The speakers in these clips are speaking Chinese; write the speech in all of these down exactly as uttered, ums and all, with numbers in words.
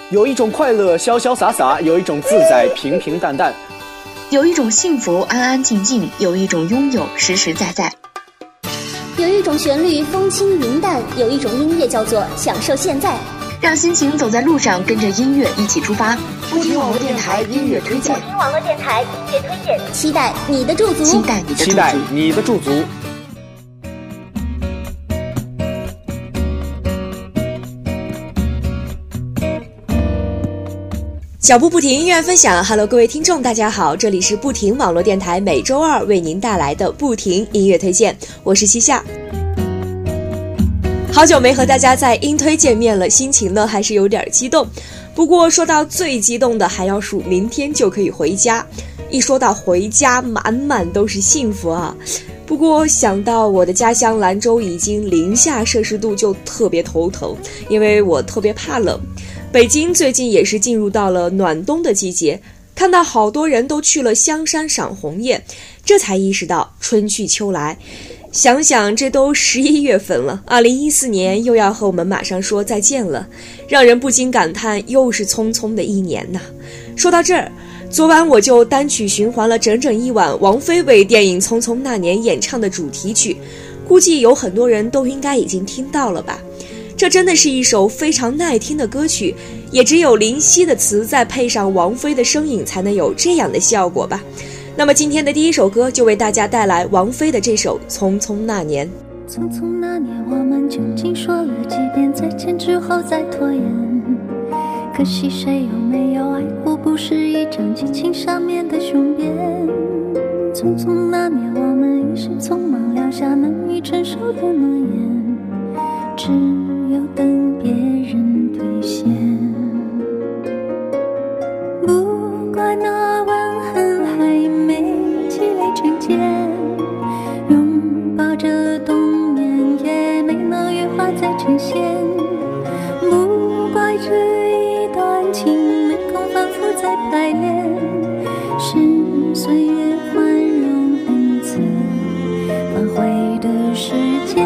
有一种快乐潇潇洒洒，有一种自在平平淡淡， 有一种幸福安安静静，有一种拥有实实在在。 有一种旋律风轻云淡，有一种音乐叫做享受现在。 让心情走在路上，跟着音乐一起出发。不听网络电台音乐推荐， 不听网络电台音乐推荐，期待你的驻足， 期待你的驻足， 期待你的驻足。 脚步不停，音乐分享。Hello， 各位听众，大家好，这里是不停网络电台每周二为您带来的不停音乐推荐，我是西夏。好久没和大家在音推见面了，心情呢还是有点激动。不过说到最激动的，还要数明天就可以回家。一说到回家，满满都是幸福啊。不过想到我的家乡兰州已经零下摄氏度，就特别头疼，因为我特别怕冷。北京最近也是进入到了暖冬的季节，看到好多人都去了香山赏红叶，这才意识到春去秋来。想想这都十一月份了，二零一四年又要和我们马上说再见了，让人不禁感叹又是匆匆的一年呐。说到这儿，昨晚我就单曲循环了整整一晚王菲为电影《匆匆那年》演唱的主题曲，估计有很多人都应该已经听到了吧。这真的是一首非常耐听的歌曲，也只有林夕的词再配上王菲的声音才能有这样的效果吧。那么今天的第一首歌就为大家带来王菲的这首《匆匆那年》。 匆匆那年，我们究竟说了几遍再见之后再拖延？可惜谁有没有爱过，不是一张激情上面的雄辩。匆匆那年，我们一时匆忙撂下难以承受的诺言，只有等别人兑现。不怪那吻痕还没积累成茧，拥抱着冬眠也没能羽化再成仙。不怪这一段情没空反复再排练，是岁月宽容恩赐反悔的时间。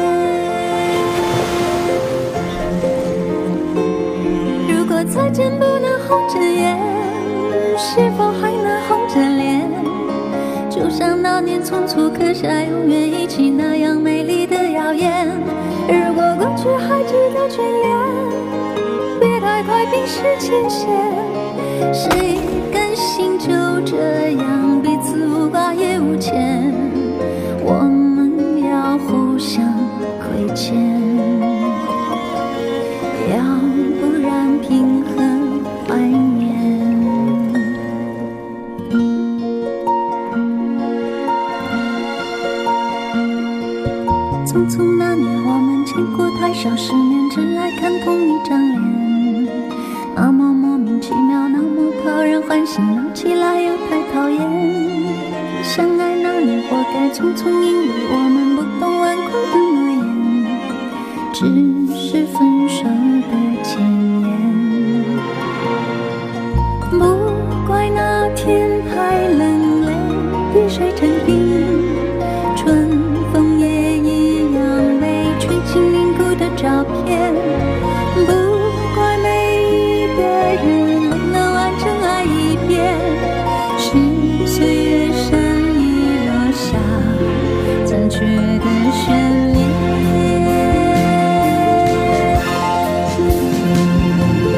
如果再见不能红着眼，是否还能红着脸？就像那年匆促刻下永远一起那样美丽的谣言。如果过去还值得眷恋，别太快冰释前嫌。谁甘心就这样彼此无挂也无牵？我们要互相亏欠，要不然凭何怀念？匆匆那年，我们见过太少世面，只爱看同一张脸，那么莫名其妙，那么讨人欢喜，闹起来又太讨厌。相爱那年活该匆匆，因为我们不懂顽固的诺言，只是分手的前言。不怪那天太冷，泪滴水成冰，春风也一样被吹进凝固的照片。不怪每一个人没能完整爱一遍，是岁月善意落下残缺的眷恋。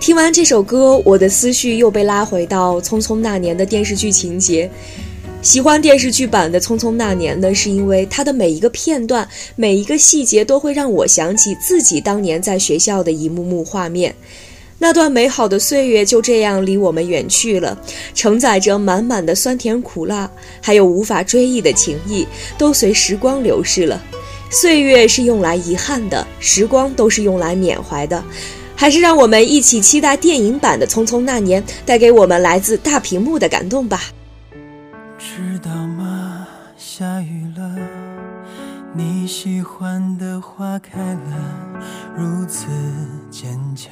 听完这首歌，我的思绪又被拉回到《匆匆那年》的电视剧情节。喜欢电视剧版的《匆匆那年》呢，是因为它的每一个片段、每一个细节都会让我想起自己当年在学校的一幕幕画面。那段美好的岁月就这样离我们远去了，承载着满满的酸甜苦辣，还有无法追忆的情谊，都随时光流逝了。岁月是用来遗憾的，时光都是用来缅怀的。还是让我们一起期待电影版的《匆匆那年》带给我们来自大屏幕的感动吧。 知道吗？下雨了，你喜欢的花开了，如此坚强。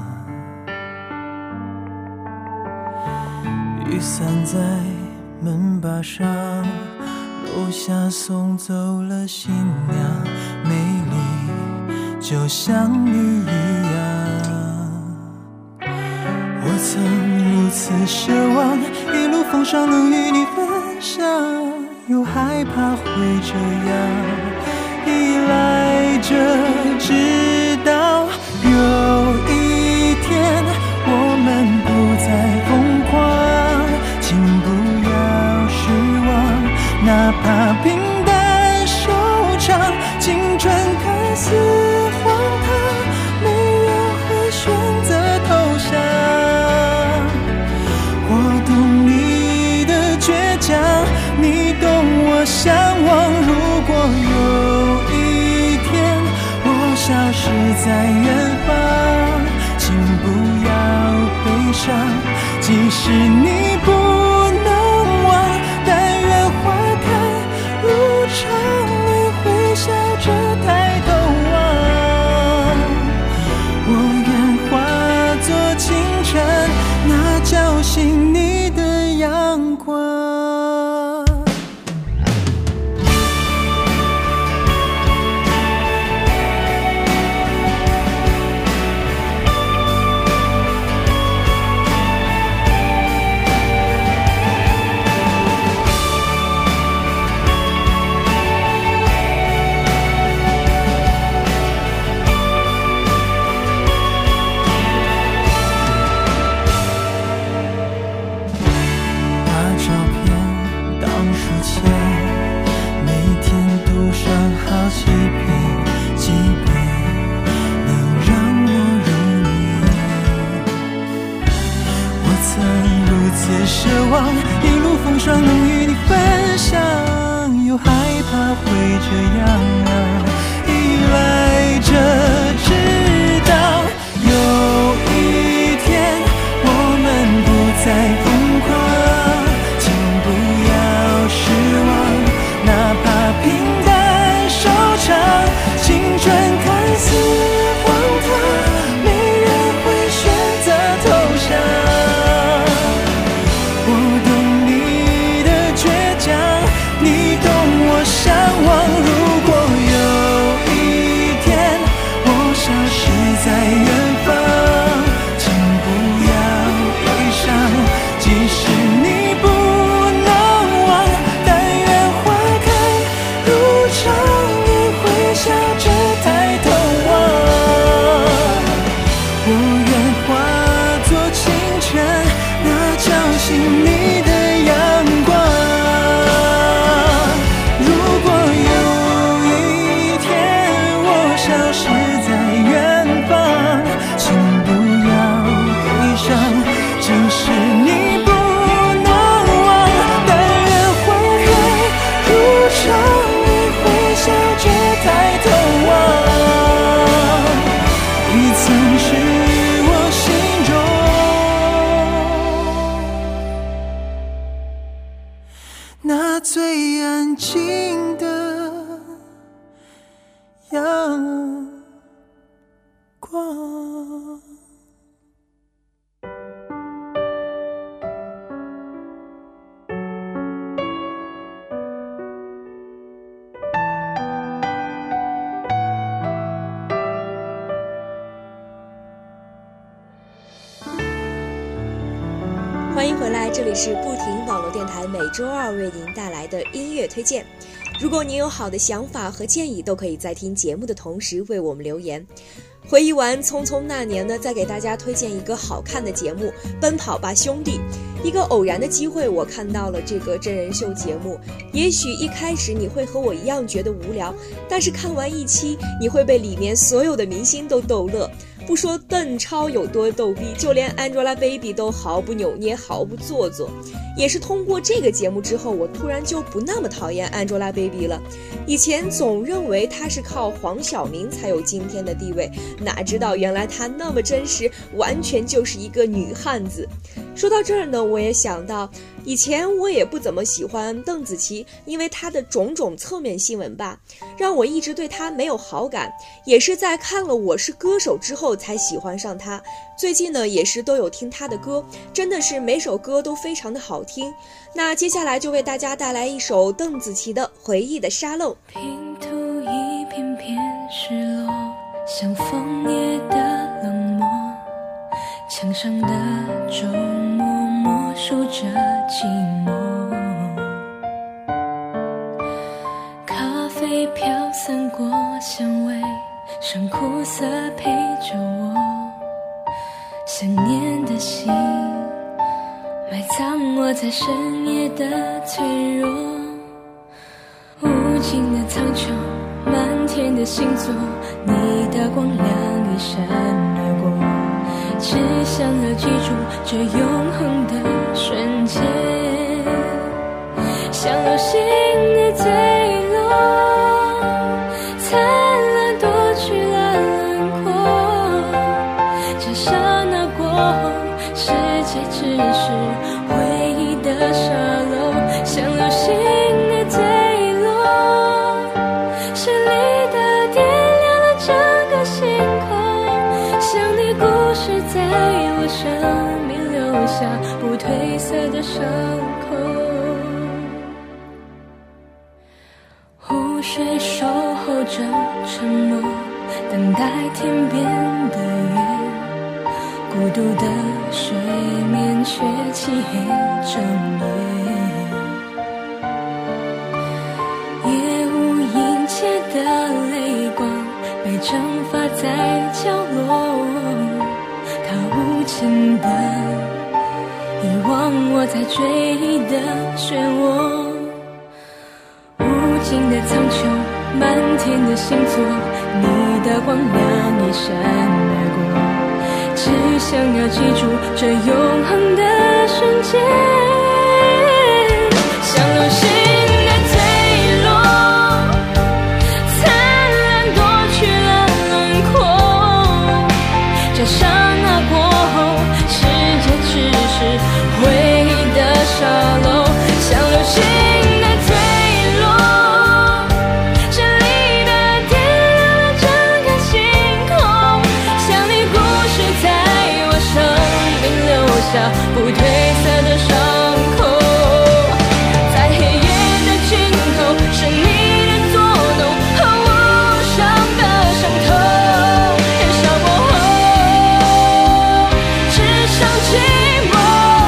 雨伞在门把上，楼下送走了新娘，美丽就像你一样。我曾如此奢望，一路风霜能与你分享，又害怕会这样依赖着，直到有一天我们不再疯狂，请不要失望，哪怕平淡收场，青春看似荒唐，没人会选择投降。我懂你的倔强，你懂我向往。如果有一天我消失在远方，请不要悲伤，即使你不能忘，但愿花开如常，你会笑着抬头望。我愿化作清晨，那叫醒你的阳光。奢望一路风霜能与你分享，又害怕会这样啊，依赖着，直到有一天我们不再疯狂，请不要失望，哪怕平淡收场，青春看似荒唐，没人会选择投降。向往，如果有一天我消失在远方，请不要悲伤，即使你不能忘，但愿花开如常，你会笑着抬头望。我愿化作清晨，那叫醒你的阳光。那最安静的阳光。 欢迎回来，这里是不停网络电台，每周二为您带来的音乐推荐。如果您有好的想法和建议，都可以在听节目的同时为我们留言。 回忆完匆匆那年呢，再给大家推荐一个好看的节目《奔跑吧兄弟》。一个偶然的机会，我看到了这个真人秀节目。也许一开始你会和我一样觉得无聊，但是看完一期，你会被里面所有的明星都逗乐。不说邓超有多逗逼，就连 Angelababy 都毫不扭捏，毫不做作。也是通过这个节目之后，我突然就不那么讨厌 Angelababy 了。以前总认为她是靠黄晓明才有今天的地位，哪知道原来她那么真实，完全就是一个女汉子。说到这儿呢，我也想到以前我也不怎么喜欢邓紫棋，因为她的种种侧面新闻吧，让我一直对她没有好感。也是在看了《我是歌手》之后才喜欢上她。最近呢，也是都有听她的歌，真的是每首歌都非常的好听。那接下来就为大家带来一首邓紫棋的《回忆的沙漏》。 拼图一片片失落，像枫叶的冷漠，墙上的周末默数着寂寞，咖啡飘散过香味，剩苦涩陪着我，想念的心埋葬我在深夜的脆弱，无尽的苍穹，满天的星座，你的光亮一闪而过，只想要记住这永恒的瞬间，像流星的坠落，灿烂夺去了轮廓，这刹那过后，世界只是回忆的沙漏，像流星的坠落，绚丽的点亮了整个星空，像你故事在我生命留下不褪色的伤口，湖水守候着沉默，等待天边的月，孤独的睡眠却漆黑整夜，夜无垠切的泪光被蒸发在角落，它无情的遗忘我在追忆的漩涡，无尽的苍穹，满天的星座，你的光亮一闪而过，只想要记住这永恒的瞬间，像流星的坠落，灿烂夺去了轮廓，这刹那过后，世界只是回忆的沙漏，像流星的坠落，绚丽的点亮了整个星空，像你故事在我生命留下不褪色的伤口，在黑夜的尽头，是你的作弄和无声的伤痛，燃烧过后，只剩寂寞，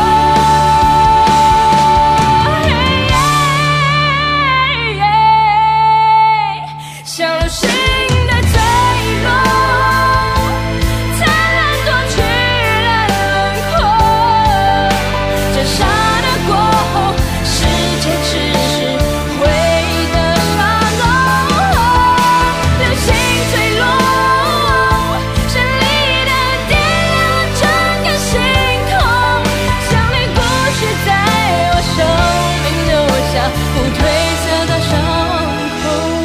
像流星的坠落，灿烂夺去了轮廓，这刹那过后，世界只是回忆的沙漏，流星坠落，绚丽的点亮了整个星空，像你故事在我生命留下不褪色的伤口。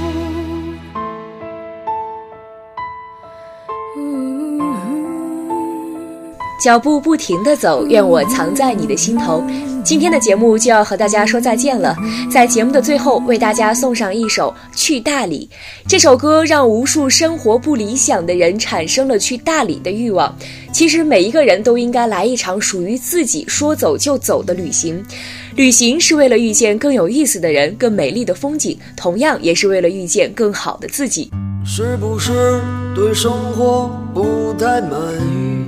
脚步不停地走，愿我藏在你的心头。今天的节目就要和大家说再见了，在节目的最后为大家送上一首《去大理》。这首歌让无数生活不理想的人产生了去大理的欲望。其实每一个人都应该来一场属于自己说走就走的旅行，旅行是为了遇见更有意思的人，更美丽的风景，同样也是为了遇见更好的自己。 是不是对生活不太满意？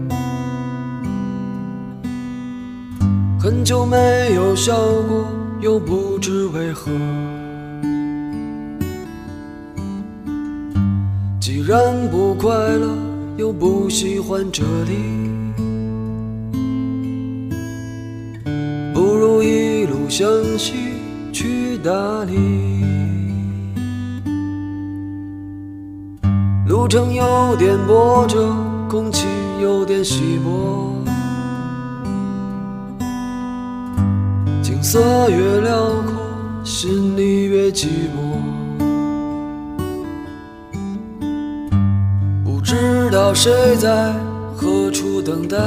很久没有笑过，又不知为何。记然不快乐，又不喜欢这里，不如一路向西去大理。路程有点波折，空气有点稀薄，景色越辽阔，心里越寂寞。不知道谁在何处等待，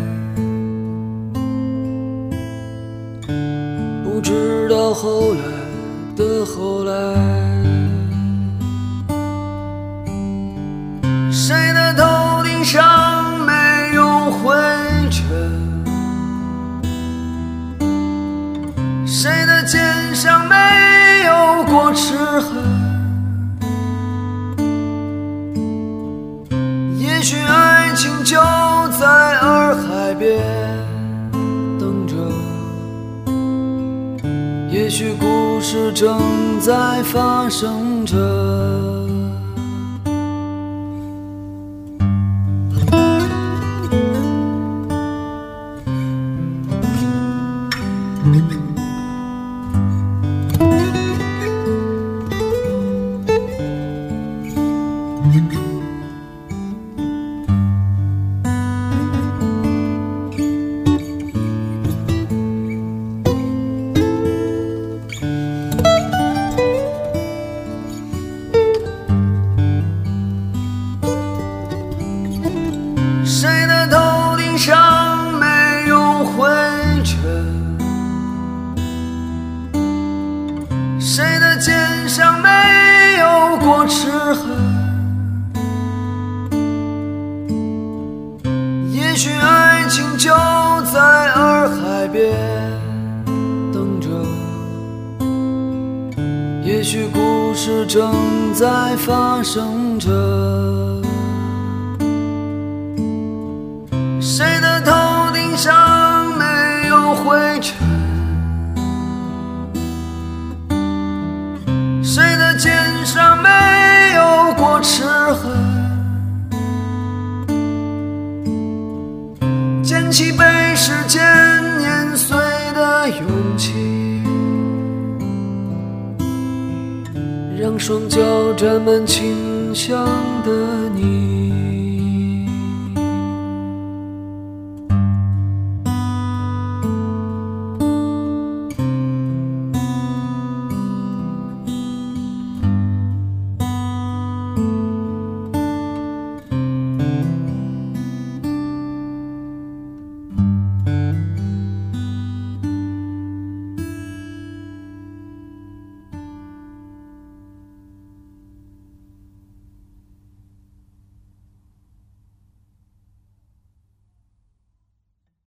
不知道后来的后来。谁的头顶上没有灰尘，谁的肩上没有过齿痕。也许爱情就在洱海边等着，也许故事正在发生着。谁的头顶上没有灰尘，谁的肩上没有过齿痕。也许爱情就在洱海边等着，也许故事正在发生着。谁的头顶上没有灰尘，谁的肩上没有过齿痕。捡起被时间碾碎的勇气，让双脚沾满清香的你。